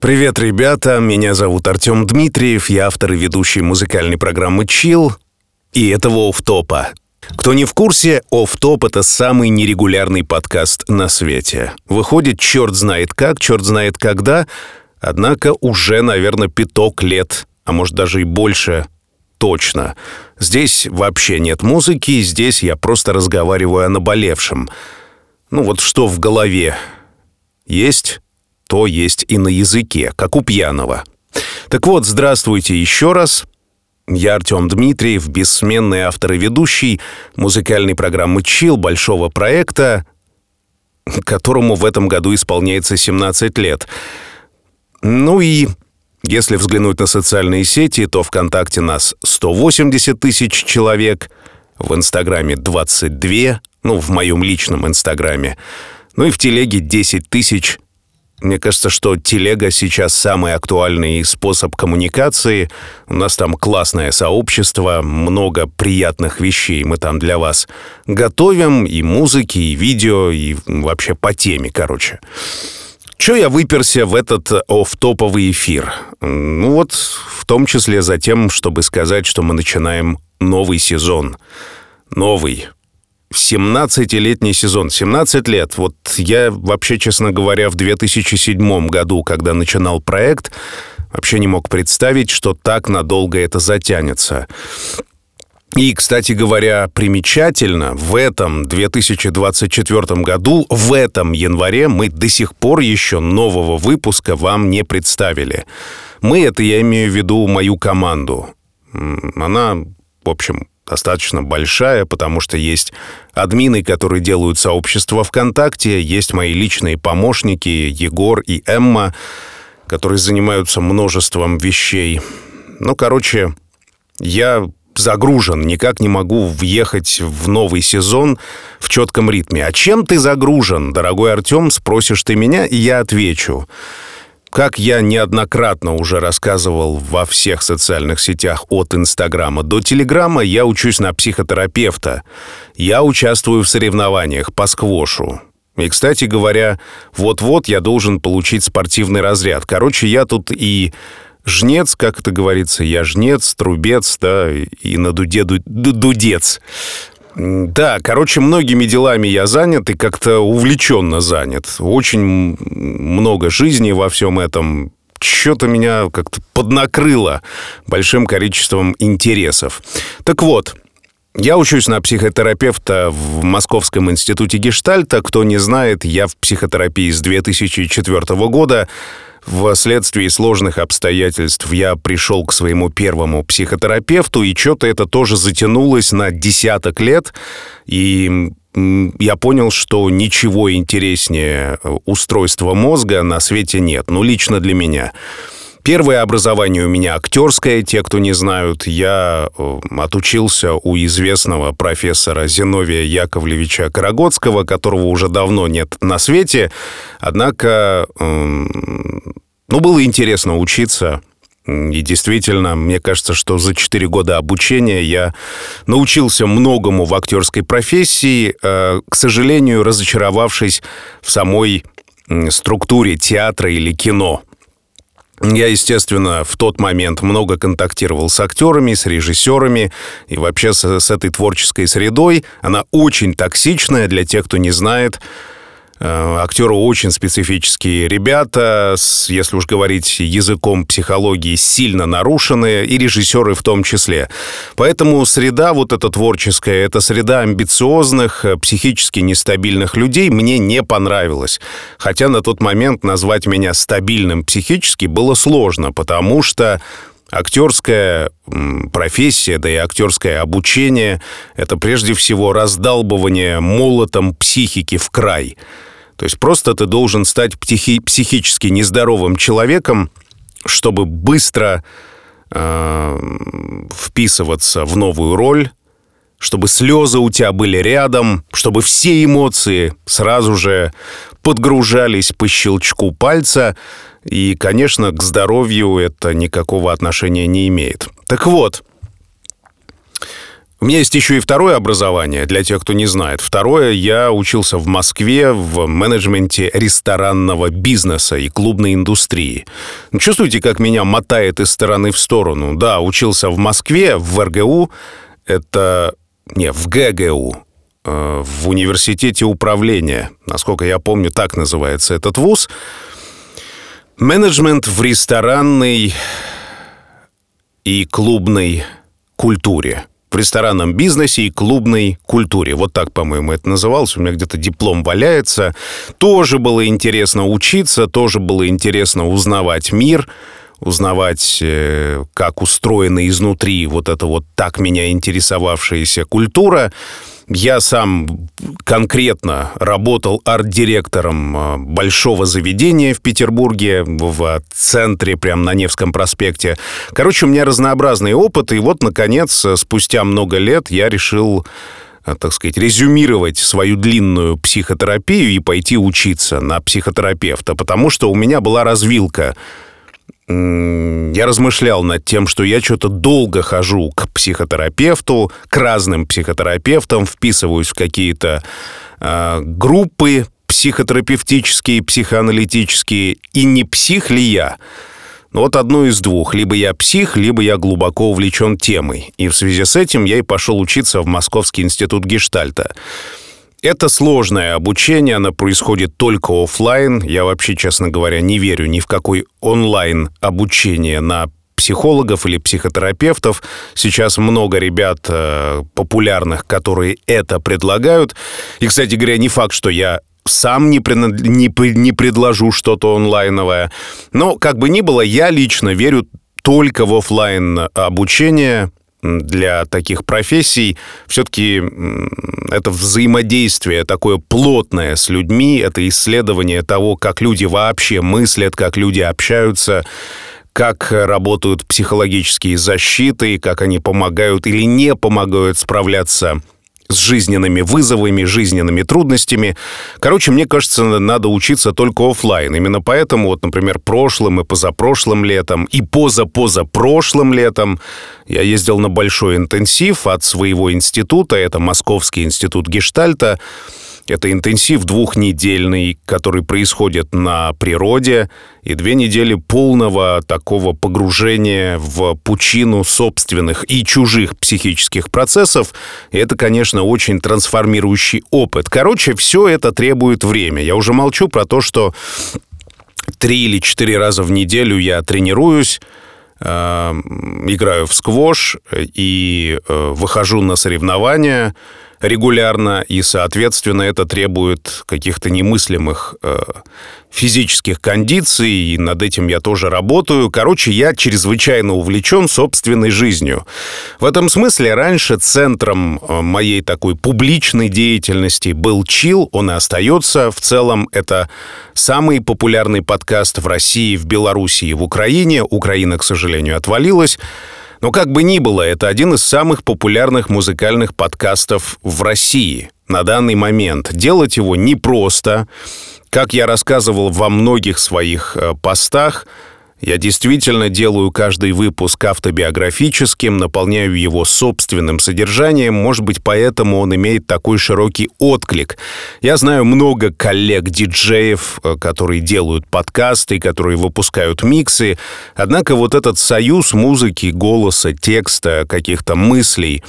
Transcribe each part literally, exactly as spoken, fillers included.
Привет, ребята! Меня зовут Артем Дмитриев, я автор и ведущий музыкальной программы «Чилл» и этого офф-топа. Кто не в курсе, офф-топ — это самый нерегулярный подкаст на свете. Выходит черт знает как, черт знает когда, однако уже, наверное, пяток лет, а может даже и больше, точно. Здесь вообще нет музыки, здесь я просто разговариваю о наболевшем. Ну вот что в голове есть, то есть и на языке, как у пьяного. Так вот, здравствуйте еще раз. Я Артем Дмитриев, бессменный автор и ведущий музыкальной программы «Чилл», большого проекта, которому в этом году исполняется семнадцать лет. Ну и если взглянуть на социальные сети, то ВКонтакте нас сто восемьдесят тысяч человек, в Инстаграме двадцать два, ну, в моем личном Инстаграме, ну и в Телеге десять тысяч. Мне кажется, что телега сейчас самый актуальный способ коммуникации. У нас там классное сообщество, много приятных вещей мы там для вас готовим, и музыки, и видео, и вообще по теме, короче. Чё я выперся в этот офф-топовый эфир? Ну вот, в том числе за тем, чтобы сказать, что мы начинаем новый сезон. Новый. семнадцатилетний сезон. семнадцать лет. Вот я вообще, честно говоря, в две тысячи седьмом году, когда начинал проект, вообще не мог представить, что так надолго это затянется. И, кстати говоря, примечательно, в этом две тысячи двадцать четвёртом году, в этом январе мы до сих пор еще нового выпуска вам не представили. Мы, это я имею в виду мою команду. Она, в общем, достаточно большая, потому что есть админы, которые делают сообщество ВКонтакте, есть мои личные помощники Егор и Эмма, которые занимаются множеством вещей. Ну, короче, я загружен, никак не могу въехать в новый сезон в четком ритме. А чем ты загружен, дорогой Артем, спросишь ты меня, и я отвечу. Как я неоднократно уже рассказывал во всех социальных сетях от Инстаграма до Телеграма, я учусь на психотерапевта. Я участвую в соревнованиях по сквошу. И, кстати говоря, вот-вот я должен получить спортивный разряд. Короче, я тут и жнец, как это говорится, я жнец, трубец, да, и на дуде ду- дудец. Да, короче, многими делами я занят и как-то увлеченно занят. Очень много жизни во всем этом. Что-то меня как-то поднакрыло большим количеством интересов. Так вот, я учусь на психотерапевта в Московском институте Гештальта. Кто не знает, я в психотерапии с две тысячи четвёртого года. Вследствие сложных обстоятельств я пришел к своему первому психотерапевту, и что-то это тоже затянулось на десяток лет, и я понял, что ничего интереснее устройства мозга на свете нет, ну, лично для меня. Первое образование у меня актерское, те, кто не знают. Я отучился у известного профессора Зиновия Яковлевича Карагодского, которого уже давно нет на свете. Однако, ну, было интересно учиться. И действительно, мне кажется, что за четыре года обучения я научился многому в актерской профессии, к сожалению, разочаровавшись в самой структуре театра или кино. Я, естественно, в тот момент много контактировал с актерами, с режиссерами и вообще с, с этой творческой средой. Она очень токсичная, для тех, кто не знает. Актеры очень специфические ребята, если уж говорить языком психологии, сильно нарушенные, и режиссеры в том числе. Поэтому среда вот эта творческая, это среда амбициозных, психически нестабильных людей мне не понравилась. Хотя на тот момент назвать меня стабильным психически было сложно, потому что актерская профессия, да и актерское обучение — это прежде всего раздалбывание молотом психики в край. То есть просто ты должен стать психи- психически нездоровым человеком, чтобы быстро э, вписываться в новую роль, чтобы слезы у тебя были рядом, чтобы все эмоции сразу же подгружались по щелчку пальца. И, конечно, к здоровью это никакого отношения не имеет. Так вот, У меня есть еще и второе образование, для тех, кто не знает. Второе, я учился в Москве в менеджменте ресторанного бизнеса и клубной индустрии. Чувствуете, как меня мотает из стороны в сторону? Да, учился в Москве, в эр гэ у, это... Не, в гэ гэ у, э, в университете управления. Насколько я помню, так называется этот вуз. Менеджмент в ресторанной и клубной культуре. В ресторанном бизнесе и клубной культуре. Вот так, по-моему, это называлось. У меня где-то диплом валяется. Тоже было интересно учиться, тоже было интересно узнавать мир, узнавать, как устроена изнутри вот эта вот так меня интересовавшаяся культура. Я сам конкретно работал арт-директором большого заведения в Петербурге, в центре, прямо на Невском проспекте. Короче, у меня разнообразный опыт, и вот, наконец, спустя много лет я решил, так сказать, резюмировать свою длинную психотерапию и пойти учиться на психотерапевта, потому что у меня была развилка. Я размышлял над тем, что я что-то долго хожу к психотерапевту, к разным психотерапевтам, вписываюсь в какие-то э, группы психотерапевтические, психоаналитические, и не псих ли я? Вот одно из двух. Либо я псих, либо я глубоко увлечен темой. И в связи с этим я и пошел учиться в Московский институт Гештальта. Это сложное обучение, оно происходит только офлайн. Я вообще, честно говоря, не верю ни в какой онлайн обучение на психологов или психотерапевтов. Сейчас много ребят э, популярных, которые это предлагают. И, кстати говоря, не факт, что я сам не, принад... не, не предложу что-то онлайновое. Но, как бы ни было, я лично верю только в офлайн обучение. Для таких профессий все-таки это взаимодействие такое плотное с людьми, это исследование того, как люди вообще мыслят, как люди общаются, как работают психологические защиты, как они помогают или не помогают справляться с жизненными вызовами, жизненными трудностями. Короче, мне кажется, надо учиться только офлайн. Именно поэтому, вот, например, прошлым и позапрошлым летом, и позапозапрошлым летом я ездил на большой интенсив от своего института, это Московский институт Гештальта. Это интенсив двухнедельный, который происходит на природе, и две недели полного такого погружения в пучину собственных и чужих психических процессов. И это, конечно, очень трансформирующий опыт. Короче, все это требует времени. Я уже молчу про то, что три или четыре раза в неделю я тренируюсь, э, играю в сквош и э, выхожу на соревнования регулярно, и, соответственно, это требует каких-то немыслимых э, физических кондиций, и над этим я тоже работаю. Короче, я чрезвычайно увлечен собственной жизнью. В этом смысле раньше центром моей такой публичной деятельности был Chill, он и остается. В целом, это самый популярный подкаст в России, в Беларуси и в Украине. Украина, к сожалению, отвалилась. Но как бы ни было, это один из самых популярных музыкальных подкастов в России на данный момент. Делать его непросто. Как я рассказывал во многих своих э, постах, я действительно делаю каждый выпуск автобиографическим, наполняю его собственным содержанием. Может быть, поэтому он имеет такой широкий отклик. Я знаю много коллег-диджеев, которые делают подкасты, которые выпускают миксы. Однако вот этот союз музыки, голоса, текста, каких-то мыслей,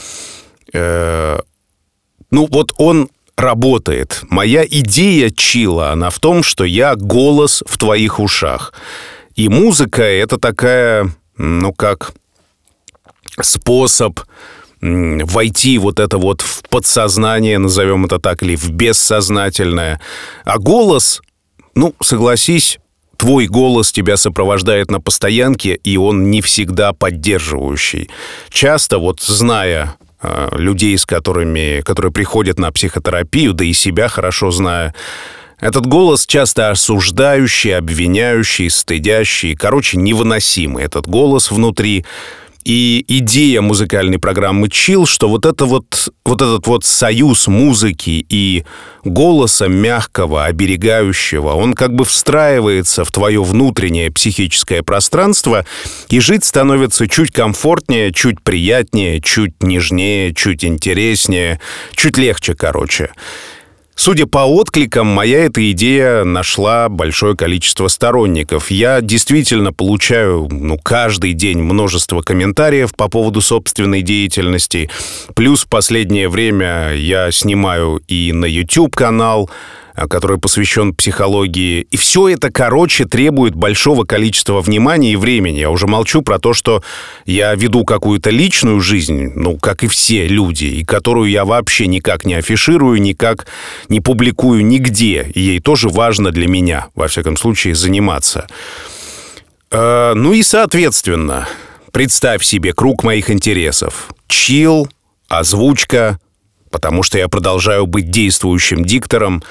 э, ну вот он работает. Моя идея чилла, она в том, что я голос в твоих ушах. И музыка — это такая, ну как, способ войти вот это вот в подсознание, назовем это так, или в бессознательное. А голос, ну, согласись, твой голос тебя сопровождает на постоянке, и он не всегда поддерживающий. Часто, вот зная э, людей, с которыми, которые приходят на психотерапию, да и себя хорошо зная, этот голос часто осуждающий, обвиняющий, стыдящий, короче, невыносимый этот голос внутри. И идея музыкальной программы «Чилл», что вот, это вот, вот этот вот союз музыки и голоса мягкого, оберегающего, он как бы встраивается в твое внутреннее психическое пространство, и жить становится чуть комфортнее, чуть приятнее, чуть нежнее, чуть интереснее, чуть легче, короче. Судя по откликам, моя эта идея нашла большое количество сторонников. Я действительно получаю, ну, каждый день множество комментариев по поводу собственной деятельности. Плюс в последнее время я снимаю и на YouTube-канал, который посвящен психологии. И все это, короче, требует большого количества внимания и времени. Я уже молчу про то, что я веду какую-то личную жизнь, ну, как и все люди, и которую я вообще никак не афиширую, никак не публикую нигде. И ей тоже важно для меня, во всяком случае, заниматься. Э, ну и, соответственно, представь себе круг моих интересов. Чилл, озвучка, потому что я продолжаю быть действующим диктором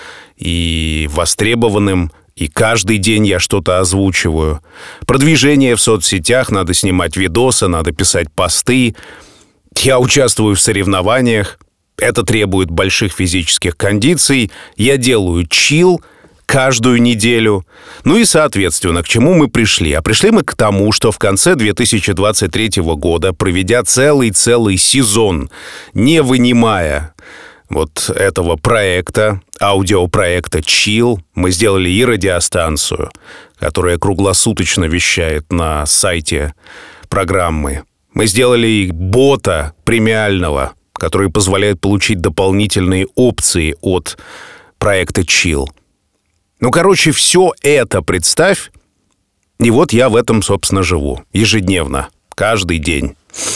и востребованным, и каждый день я что-то озвучиваю. Продвижение в соцсетях, надо снимать видосы, надо писать посты. Я участвую в соревнованиях, это требует больших физических кондиций. Я делаю чилл каждую неделю. Ну и, соответственно, к чему мы пришли? А пришли мы к тому, что в конце две тысячи двадцать третьего года, проведя целый-целый сезон, не вынимая вот этого проекта, аудиопроекта «Чилл», мы сделали и радиостанцию, которая круглосуточно вещает на сайте программы. Мы сделали и бота премиального, который позволяет получить дополнительные опции от проекта «Чилл». Ну, короче, все это представь, и вот я в этом, собственно, живу. Ежедневно, каждый день.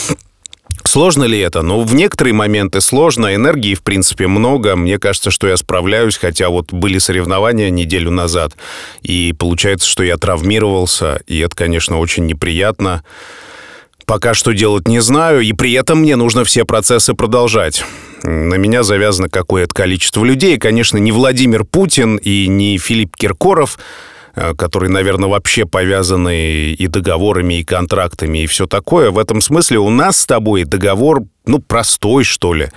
Сложно ли это? Ну, в некоторые моменты сложно. Энергии, в принципе, много. Мне кажется, что я справляюсь, хотя вот были соревнования неделю назад, и получается, что я травмировался, и это, конечно, очень неприятно. Пока что делать не знаю, и при этом мне нужно все процессы продолжать. На меня завязано какое-то количество людей. Конечно, не Владимир Путин и не Филипп Киркоров, которые, наверное, вообще повязаны и договорами, и контрактами, и все такое. В этом смысле у нас с тобой договор, ну, простой, что ли.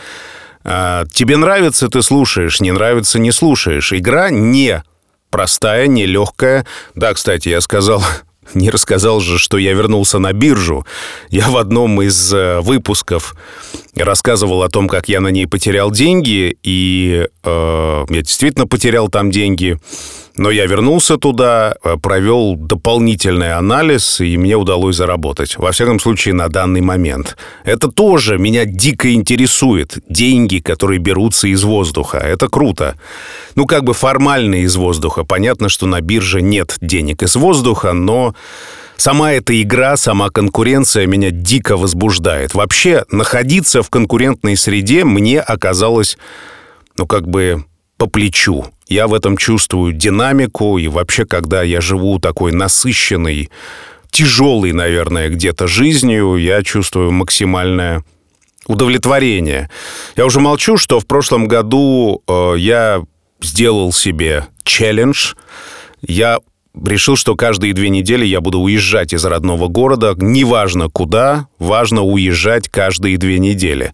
Тебе нравится — ты слушаешь, не нравится — не слушаешь. Игра не простая, не легкая. Да, кстати, я сказал... Не рассказал же, что я вернулся на биржу. Я в одном из выпусков рассказывал о том, как я на ней потерял деньги, и э, я действительно потерял там деньги. Но я вернулся туда, провел дополнительный анализ, и мне удалось заработать. Во всяком случае, на данный момент. Это тоже меня дико интересует. Деньги, которые берутся из воздуха. Это круто. Ну, как бы формально из воздуха. Понятно, что на бирже нет денег из воздуха, но сама эта игра, сама конкуренция меня дико возбуждает. Вообще, находиться в конкурентной среде мне оказалось, ну, как бы по плечу. Я в этом чувствую динамику, и вообще, когда я живу такой насыщенной, тяжелой, наверное, где-то жизнью, я чувствую максимальное удовлетворение. Я уже молчу, что в прошлом году э, я сделал себе челлендж. Я решил, что каждые две недели я буду уезжать из родного города. Неважно куда, важно уезжать каждые две недели.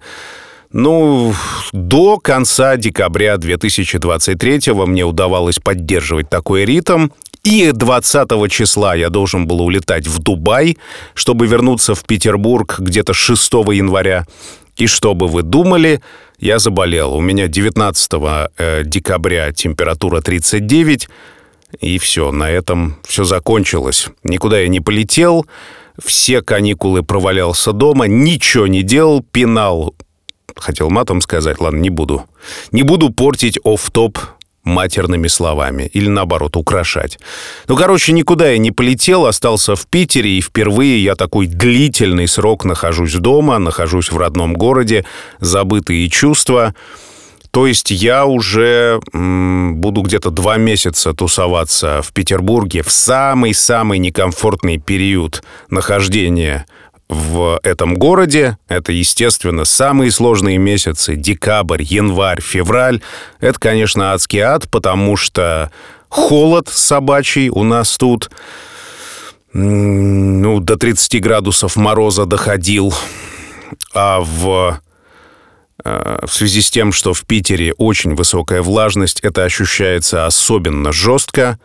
Ну, до конца декабря две тысячи двадцать третьего мне удавалось поддерживать такой ритм. И двадцатого числа я должен был улетать в Дубай, чтобы вернуться в Петербург где-то шестого января. И что бы вы думали, я заболел. У меня девятнадцатого декабря температура тридцать девять, и все, на этом все закончилось. Никуда я не полетел, все каникулы провалялся дома, ничего не делал, пинал. Хотел матом сказать, ладно, не буду. Не буду портить офф-топ матерными словами. Или, наоборот, украшать. Ну, короче, никуда я не полетел, остался в Питере, и впервые я такой длительный срок нахожусь дома, нахожусь в родном городе, забытые чувства. То есть я уже м, буду где-то два месяца тусоваться в Петербурге в самый-самый некомфортный период нахождения в этом городе. Это, естественно, самые сложные месяцы. Декабрь, январь, февраль. Это, конечно, адский ад, потому что холод собачий у нас тут. ну, до тридцати градусов мороза доходил. А в, в связи с тем, что в Питере очень высокая влажность, это ощущается особенно жестко.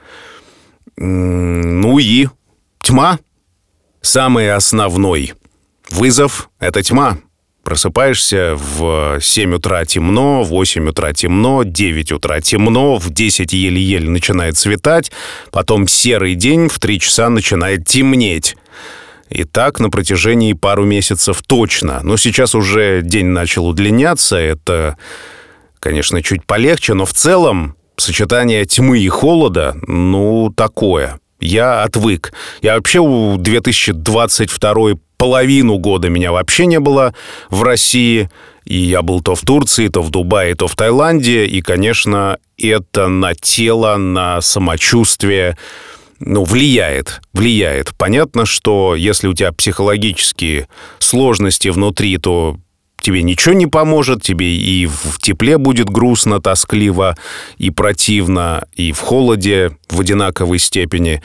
Ну и тьма. Самый основной вызов — это тьма. Просыпаешься в семь утра темно, в восемь утра темно, в девять утра темно, в десять еле-еле начинает светать, потом серый день, в три часа начинает темнеть. И так на протяжении пару месяцев точно. Но сейчас уже день начал удлиняться, это, конечно, чуть полегче, но в целом сочетание тьмы и холода, ну, такое. Я отвык. Я вообще у две тысячи двадцать второй половину года меня вообще не было в России. И я был то в Турции, то в Дубае, то в Таиланде. И, конечно, это на тело, на самочувствие, ну, влияет. Влияет. Понятно, что если у тебя психологические сложности внутри, то тебе ничего не поможет, тебе и в тепле будет грустно, тоскливо и противно, и в холоде в одинаковой степени.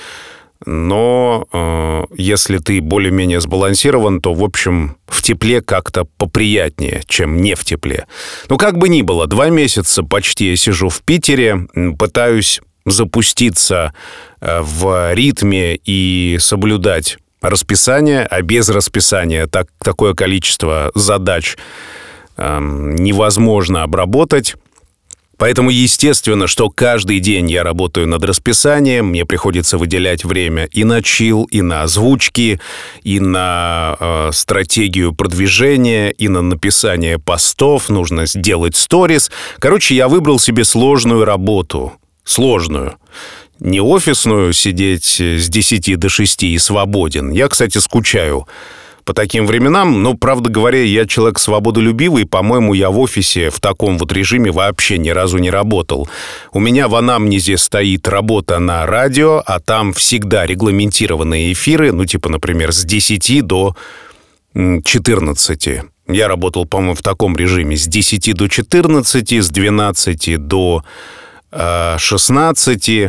Но э, если ты более-менее сбалансирован, то, в общем, в тепле как-то поприятнее, чем не в тепле. Ну, как бы ни было, два месяца почти я сижу в Питере, пытаюсь запуститься в ритме и соблюдать расписание, а без расписания так, такое количество задач э, невозможно обработать. Поэтому, естественно, что каждый день я работаю над расписанием, мне приходится выделять время и на чил, и на озвучки, и на э, стратегию продвижения, и на написание постов, нужно сделать сторис. Короче, я выбрал себе сложную работу, сложную. Не офисную, сидеть с десяти до шести и свободен. Я, кстати, скучаю по таким временам, но, правда говоря, я человек свободолюбивый, по-моему, я в офисе в таком вот режиме вообще ни разу не работал. У меня в анамнезе стоит работа на радио, а там всегда регламентированные эфиры, ну, типа, например, с десяти до четырнадцати. Я работал, по-моему, в таком режиме с десяти до четырнадцати, с двенадцати до э, шестнадцати.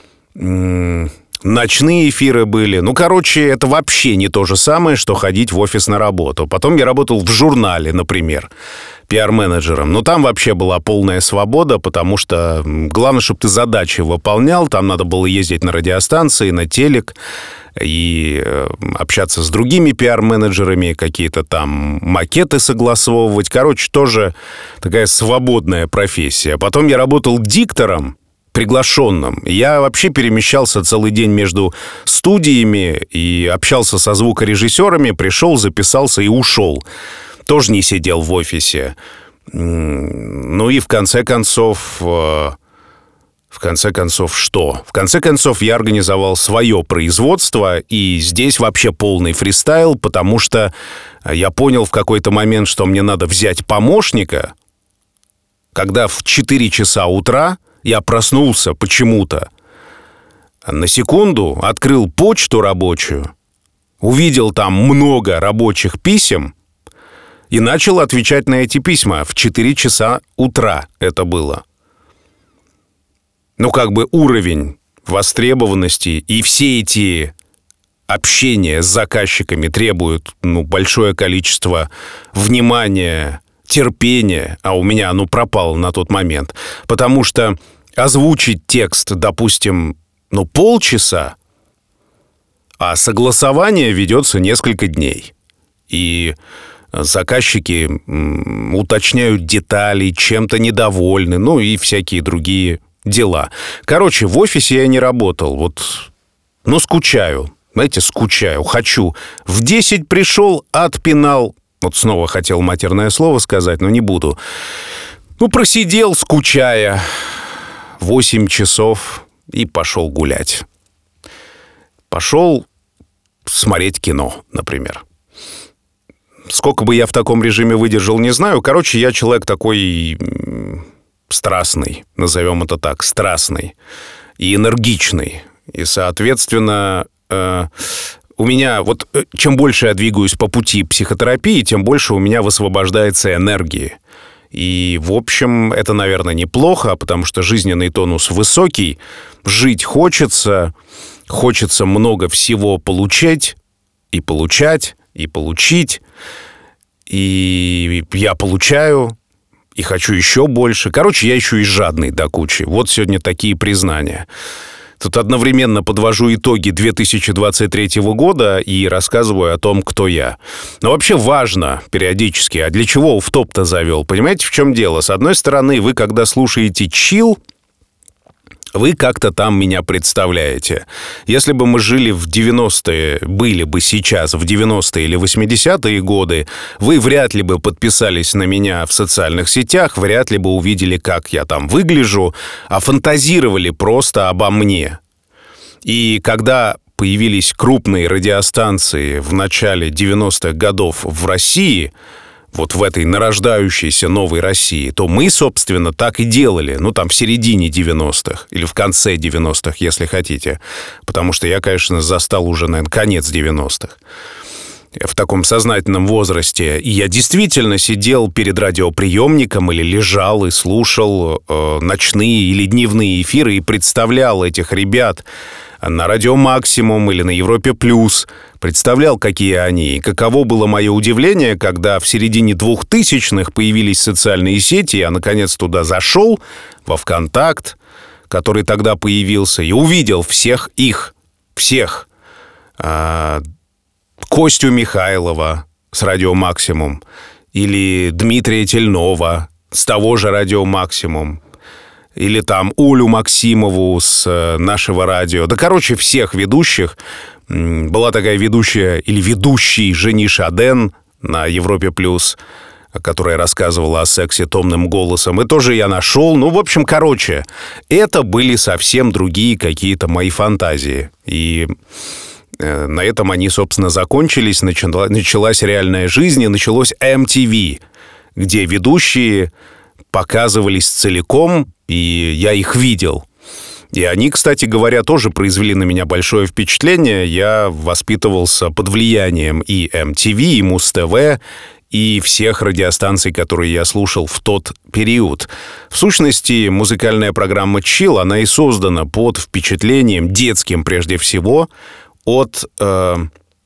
Ночные эфиры были. Ну, короче, это вообще не то же самое, что ходить в офис на работу. Потом я работал в журнале, например, пиар-менеджером. Но там вообще была полная свобода, потому что главное, чтобы ты задачи выполнял. Там надо было ездить на радиостанции, на телек и общаться с другими пиар-менеджерами, какие-то там макеты согласовывать. Короче, тоже такая свободная профессия. Потом я работал диктором, приглашенным. Я вообще перемещался целый день между студиями и общался со звукорежиссерами, пришел, записался и ушел. Тоже не сидел в офисе. Ну и в конце концов... В конце концов, что? В конце концов, я организовал свое производство, и здесь вообще полный фристайл, потому что я понял в какой-то момент, что мне надо взять помощника, когда в четыре часа утра я проснулся почему-то. На секунду открыл почту рабочую, увидел там много рабочих писем и начал отвечать на эти письма. В четыре часа утра это было. Ну, как бы уровень востребованности и все эти общения с заказчиками требуют, ну, большое количество внимания, терпения, а у меня оно пропало на тот момент. Потому что озвучить текст, допустим, ну, полчаса, а согласование ведется несколько дней. И заказчики м, уточняют детали, чем-то недовольны, ну и всякие другие дела. Короче, в офисе я не работал. Вот, ну, скучаю. Знаете, скучаю. Хочу. В десять пришел, отпинал. Вот снова хотел матерное слово сказать, но не буду. Ну, просидел, скучая, восемь часов и пошел гулять. Пошел смотреть кино, например. Сколько бы я в таком режиме выдержал, не знаю. Короче, я человек такой страстный, назовем это так, страстный и энергичный. И, соответственно, э, у меня вот чем больше я двигаюсь по пути психотерапии, тем больше у меня высвобождается энергии. И, в общем, это, наверное, неплохо, потому что жизненный тонус высокий, жить хочется, хочется много всего получать, и получать, и получить, и я получаю, и хочу еще больше. Короче, я еще и жадный до кучи. Вот сегодня такие признания. Тут одновременно подвожу итоги две тысячи двадцать третьего года и рассказываю о том, кто я. Но вообще важно периодически, а для чего офф-топ-то завел? Понимаете, в чем дело? С одной стороны, вы, когда слушаете чил, вы как-то там меня представляете. Если бы мы жили в девяностые, были бы сейчас в девяностые или восьмидесятые годы, вы вряд ли бы подписались на меня в социальных сетях, вряд ли бы увидели, как я там выгляжу, а фантазировали просто обо мне. И когда появились крупные радиостанции в начале девяностых годов в России, вот в этой нарождающейся новой России, то мы, собственно, так и делали. Ну, там, в середине девяностых или в конце девяностых, если хотите. Потому что я, конечно, застал уже, наверное, конец девяностых. В таком сознательном возрасте. И я действительно сидел перед радиоприемником или лежал и слушал э, ночные или дневные эфиры и представлял этих ребят на Радио Максимум или на Европе Плюс, представлял, какие они. И каково было мое удивление, когда в середине двухтысячных появились социальные сети, я, наконец, туда зашел, во ВКонтакт, который тогда появился, и увидел всех их, всех. А, Костю Михайлова с Радио Максимум или Дмитрия Тельнова с того же Радио Максимум. Или там Улю Максимову с нашего радио. Да, короче, всех ведущих. Была такая ведущая или ведущий Жени Шаден на Европе Плюс, которая рассказывала о сексе томным голосом. И тоже я нашел. Ну, в общем, короче, это были совсем другие какие-то мои фантазии. И на этом они, собственно, закончились. Началась реальная жизнь, и началось эм ти ви, где ведущие показывались целиком, и я их видел. И они, кстати говоря, тоже произвели на меня большое впечатление. Я воспитывался под влиянием и эм ти ви, и Муз-ТВ, и всех радиостанций, которые я слушал в тот период. В сущности, музыкальная программа «Чил», она и создана под впечатлением, детским прежде всего, от э,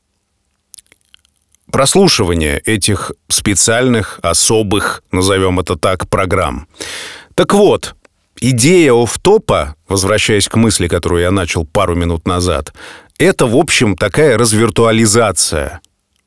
прослушивания этих специальных, особых, назовем это так, программ. Так вот, идея офф-топа, возвращаясь к мысли, которую я начал пару минут назад, это, в общем, такая развиртуализация.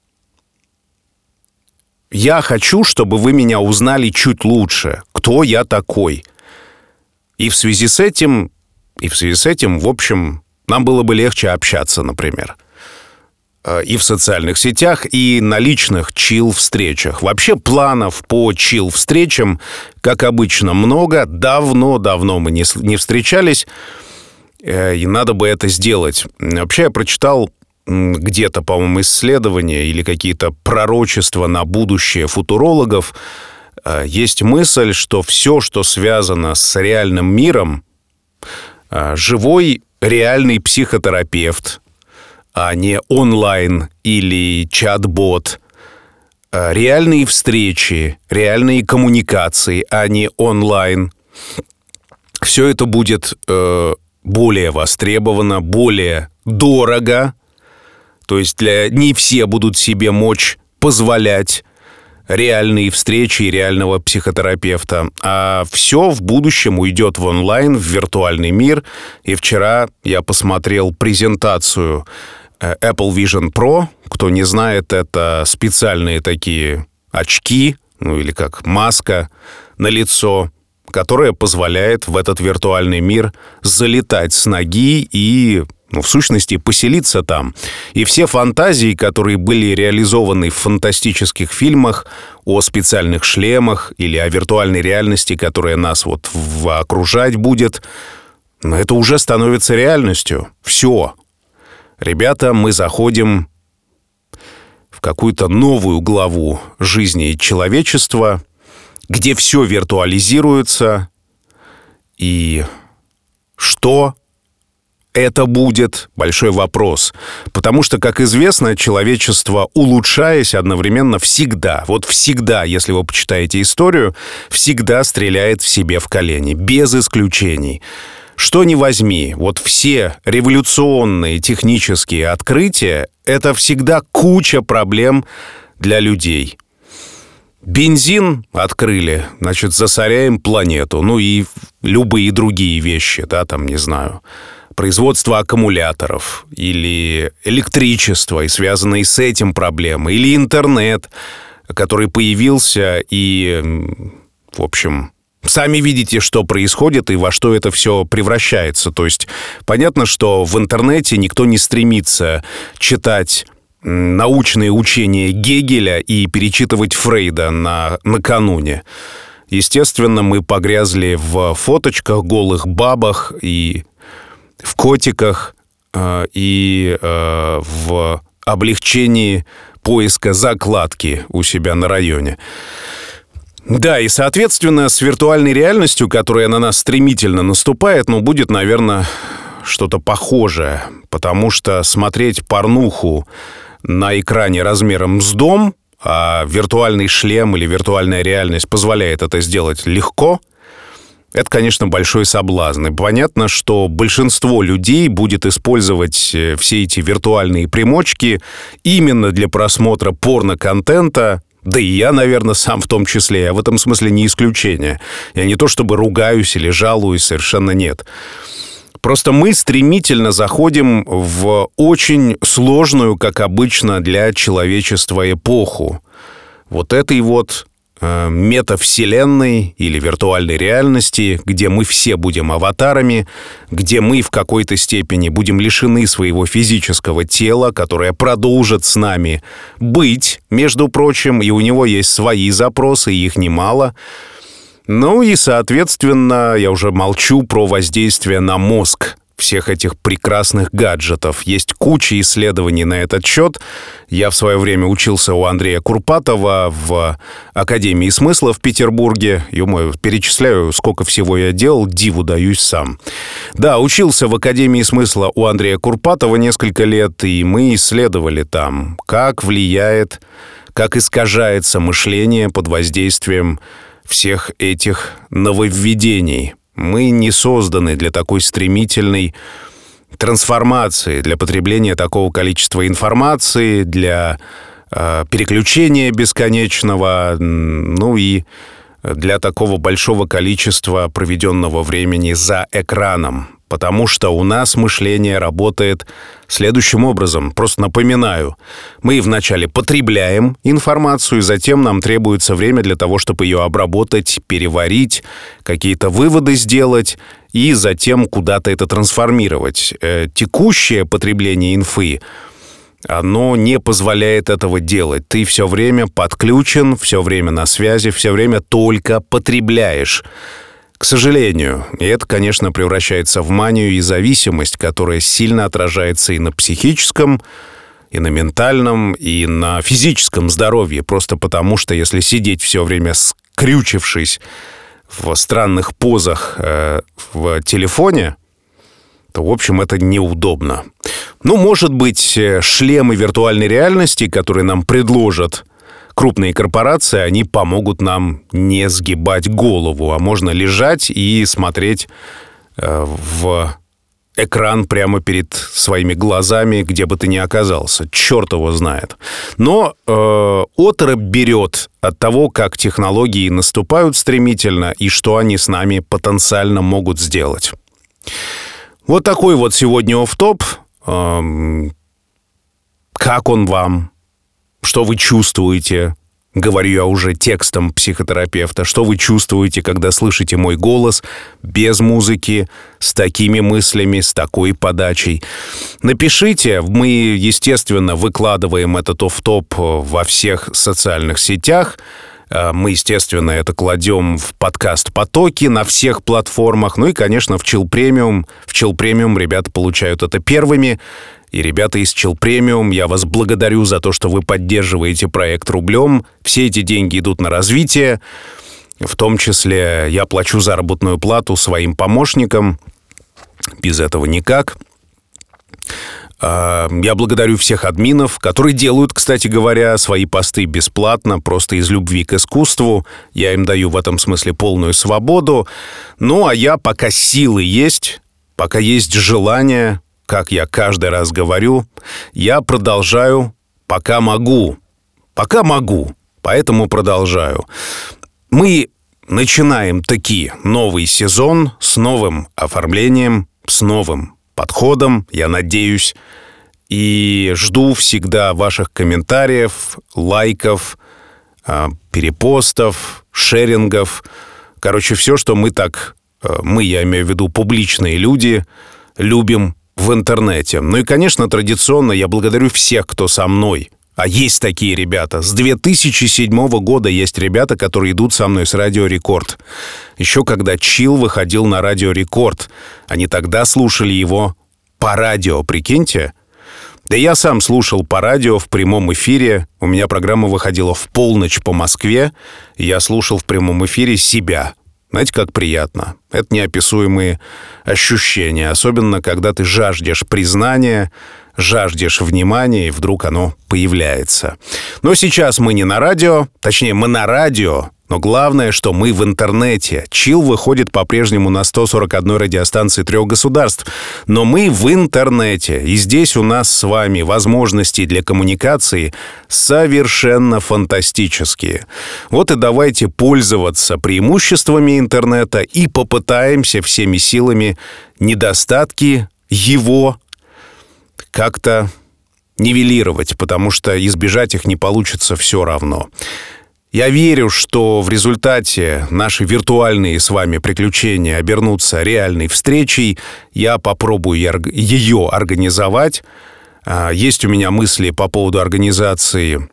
Я хочу, чтобы вы меня узнали чуть лучше, кто я такой. И в связи с этим, и в связи с этим, в общем, нам было бы легче общаться, например. И в социальных сетях, и на личных чил-встречах. Вообще планов по чил-встречам, как обычно, много. Давно-давно мы не, не встречались, и надо бы это сделать. Вообще я прочитал где-то, по-моему, исследования или какие-то пророчества на будущее футурологов. Есть мысль, что все, что связано с реальным миром, живой реальный психотерапевт, а не онлайн или чат-бот. Реальные встречи, реальные коммуникации, а не онлайн. Все это будет э, более востребовано, более дорого. То есть для... не все будут себе мочь позволять реальные встречи и реального психотерапевта. А все в будущем уйдет в онлайн, в виртуальный мир. И вчера я посмотрел презентацию Apple Vision Pro. Кто не знает, это специальные такие очки, ну или как маска на лицо, которая позволяет в этот виртуальный мир залетать с ноги и, ну, в сущности, поселиться там. И все фантазии, которые были реализованы в фантастических фильмах о специальных шлемах или о виртуальной реальности, которая нас вот окружать будет, но это уже становится реальностью. Все. Ребята, мы заходим в какую-то новую главу жизни человечества, где все виртуализируется, и что это будет большой вопрос. Потому что, как известно, человечество, улучшаясь одновременно всегда, вот всегда, если вы почитаете историю, всегда стреляет в себе в колени, без исключений. Что ни возьми, вот все революционные технические открытия — это всегда куча проблем для людей. Бензин открыли, значит, засоряем планету. Ну и любые другие вещи, да, там, не знаю, производство аккумуляторов или электричество и связанные с этим проблемы, или интернет, который появился и, в общем... Сами видите, что происходит и во что это все превращается. То есть понятно, что в интернете никто не стремится читать научные учения Гегеля и перечитывать Фрейда на, накануне. Естественно, мы погрязли в фоточках, голых бабах и в котиках, э, и э, в облегчении поиска закладки у себя на районе. Да, и, соответственно, с виртуальной реальностью, которая на нас стремительно наступает, ну, будет, наверное, что-то похожее. Потому что смотреть порнуху на экране размером с дом, а виртуальный шлем или виртуальная реальность позволяет это сделать легко, это, конечно, большой соблазн. И понятно, что большинство людей будет использовать все эти виртуальные примочки именно для просмотра порно-контента. Да и я, наверное, сам в том числе. Я в этом смысле не исключение. Я не то чтобы ругаюсь или жалуюсь, совершенно нет. Просто мы стремительно заходим в очень сложную, как обычно, для человечества эпоху. Вот этой вот э, метавселенной или виртуальной реальности, где мы все будем аватарами, где мы в какой-то степени будем лишены своего физического тела, которое продолжит с нами быть, между прочим, и у него есть свои запросы, их немало. Ну и, соответственно, я уже молчу про воздействие на мозг всех этих прекрасных гаджетов. Есть куча исследований на этот счет. Я в свое время учился у Андрея Курпатова в Академии смысла в Петербурге. Ё-моё, перечисляю, сколько всего я делал, диву даюсь сам. Да, учился в Академии смысла у Андрея Курпатова несколько лет, и мы исследовали там, как влияет, как искажается мышление под воздействием всех этих нововведений. Мы не созданы для такой стремительной трансформации, для потребления такого количества информации, для э, переключения бесконечного, ну и для такого большого количества проведенного времени за экраном. Потому что у нас мышление работает следующим образом. Просто напоминаю, мы вначале потребляем информацию, затем нам требуется время для того, чтобы ее обработать, переварить, какие-то выводы сделать и затем куда-то это трансформировать. Текущее потребление инфы, оно не позволяет этого делать. Ты все время подключен, все время на связи, все время только потребляешь. К сожалению, и это, конечно, превращается в манию и зависимость, которая сильно отражается и на психическом, и на ментальном, и на физическом здоровье. Просто потому, что если сидеть все время скрючившись в странных позах э, в телефоне, то, в общем, это неудобно. Ну, может быть, шлемы виртуальной реальности, которые нам предложат крупные корпорации, они помогут нам не сгибать голову, а можно лежать и смотреть э, в экран прямо перед своими глазами, где бы ты ни оказался. Черт его знает. Но э, оторопь берет от того, как технологии наступают стремительно и что они с нами потенциально могут сделать. Вот такой вот сегодня офф-топ. Э, как он вам? Что вы чувствуете? Говорю я уже текстом психотерапевта. Что вы чувствуете, когда слышите мой голос без музыки, с такими мыслями, с такой подачей? Напишите. Мы, естественно, выкладываем этот офф-топ во всех социальных сетях. Мы, естественно, это кладем в подкаст-потоки на всех платформах. Ну и, конечно, в Chill Premium. В Chill Premium ребята получают это первыми. И, ребята из Chill Premium, я вас благодарю за то, что вы поддерживаете проект рублем. Все эти деньги идут на развитие. В том числе я плачу заработную плату своим помощникам. Без этого никак. Я благодарю всех админов, которые делают, кстати говоря, свои посты бесплатно, просто из любви к искусству. Я им даю в этом смысле полную свободу. Ну, а я, пока силы есть, пока есть желание, как я каждый раз говорю, я продолжаю, пока могу. Пока могу, поэтому продолжаю. Мы начинаем таки новый сезон с новым оформлением, с новым подходом, я надеюсь, и жду всегда ваших комментариев, лайков, перепостов, шерингов. Короче, все, что мы так, мы, я имею в виду публичные люди, любим в интернете. Ну и, конечно, традиционно я благодарю всех, кто со мной. А есть такие ребята. С две тысячи седьмого года есть ребята, которые идут со мной с Радио Рекорд. Еще когда Чилл выходил на Радио Рекорд, они тогда слушали его по радио, прикиньте. Да я сам слушал по радио в прямом эфире. У меня программа выходила в полночь по Москве. И я слушал в прямом эфире себя. Знаете, как приятно. Это неописуемые ощущения. Особенно, когда ты жаждешь признания, жаждешь внимания, и вдруг оно появляется. Но сейчас мы не на радио, точнее, мы на радио, но главное, что мы в интернете. Чилл выходит по-прежнему на сто сорок одной радиостанции трех государств, но мы в интернете, и здесь у нас с вами возможности для коммуникации совершенно фантастические. Вот и давайте пользоваться преимуществами интернета и попытаемся всеми силами недостатки его как-то нивелировать, потому что избежать их не получится все равно. Я верю, что в результате наши виртуальные с вами приключения обернутся реальной встречей. Я попробую ее организовать. Есть у меня мысли по поводу организации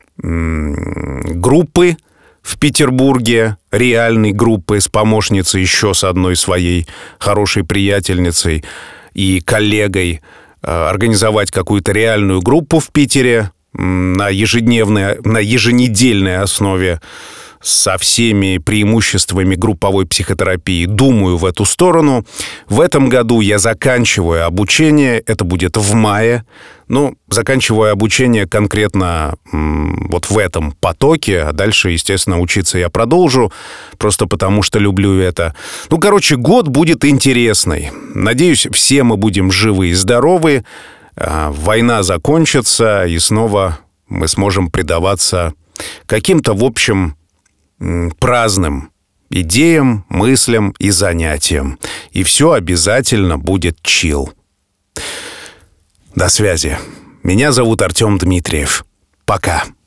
группы в Петербурге, реальной группы с помощницей, еще с одной своей хорошей приятельницей и коллегой, организовать какую-то реальную группу в Питере на ежедневной, на еженедельной основе со всеми преимуществами групповой психотерапии. Думаю в эту сторону. В этом году я заканчиваю обучение. Это будет в мае. Ну, заканчиваю обучение конкретно м, вот в этом потоке. А дальше, естественно, учиться я продолжу. Просто потому, что люблю это. Ну, короче, год будет интересный. Надеюсь, все мы будем живы и здоровы. А, война закончится, и снова мы сможем предаваться каким-то, в общем, праздным идеям, мыслям и занятиям. И все обязательно будет чилл. До связи. Меня зовут Артем Дмитриев. Пока.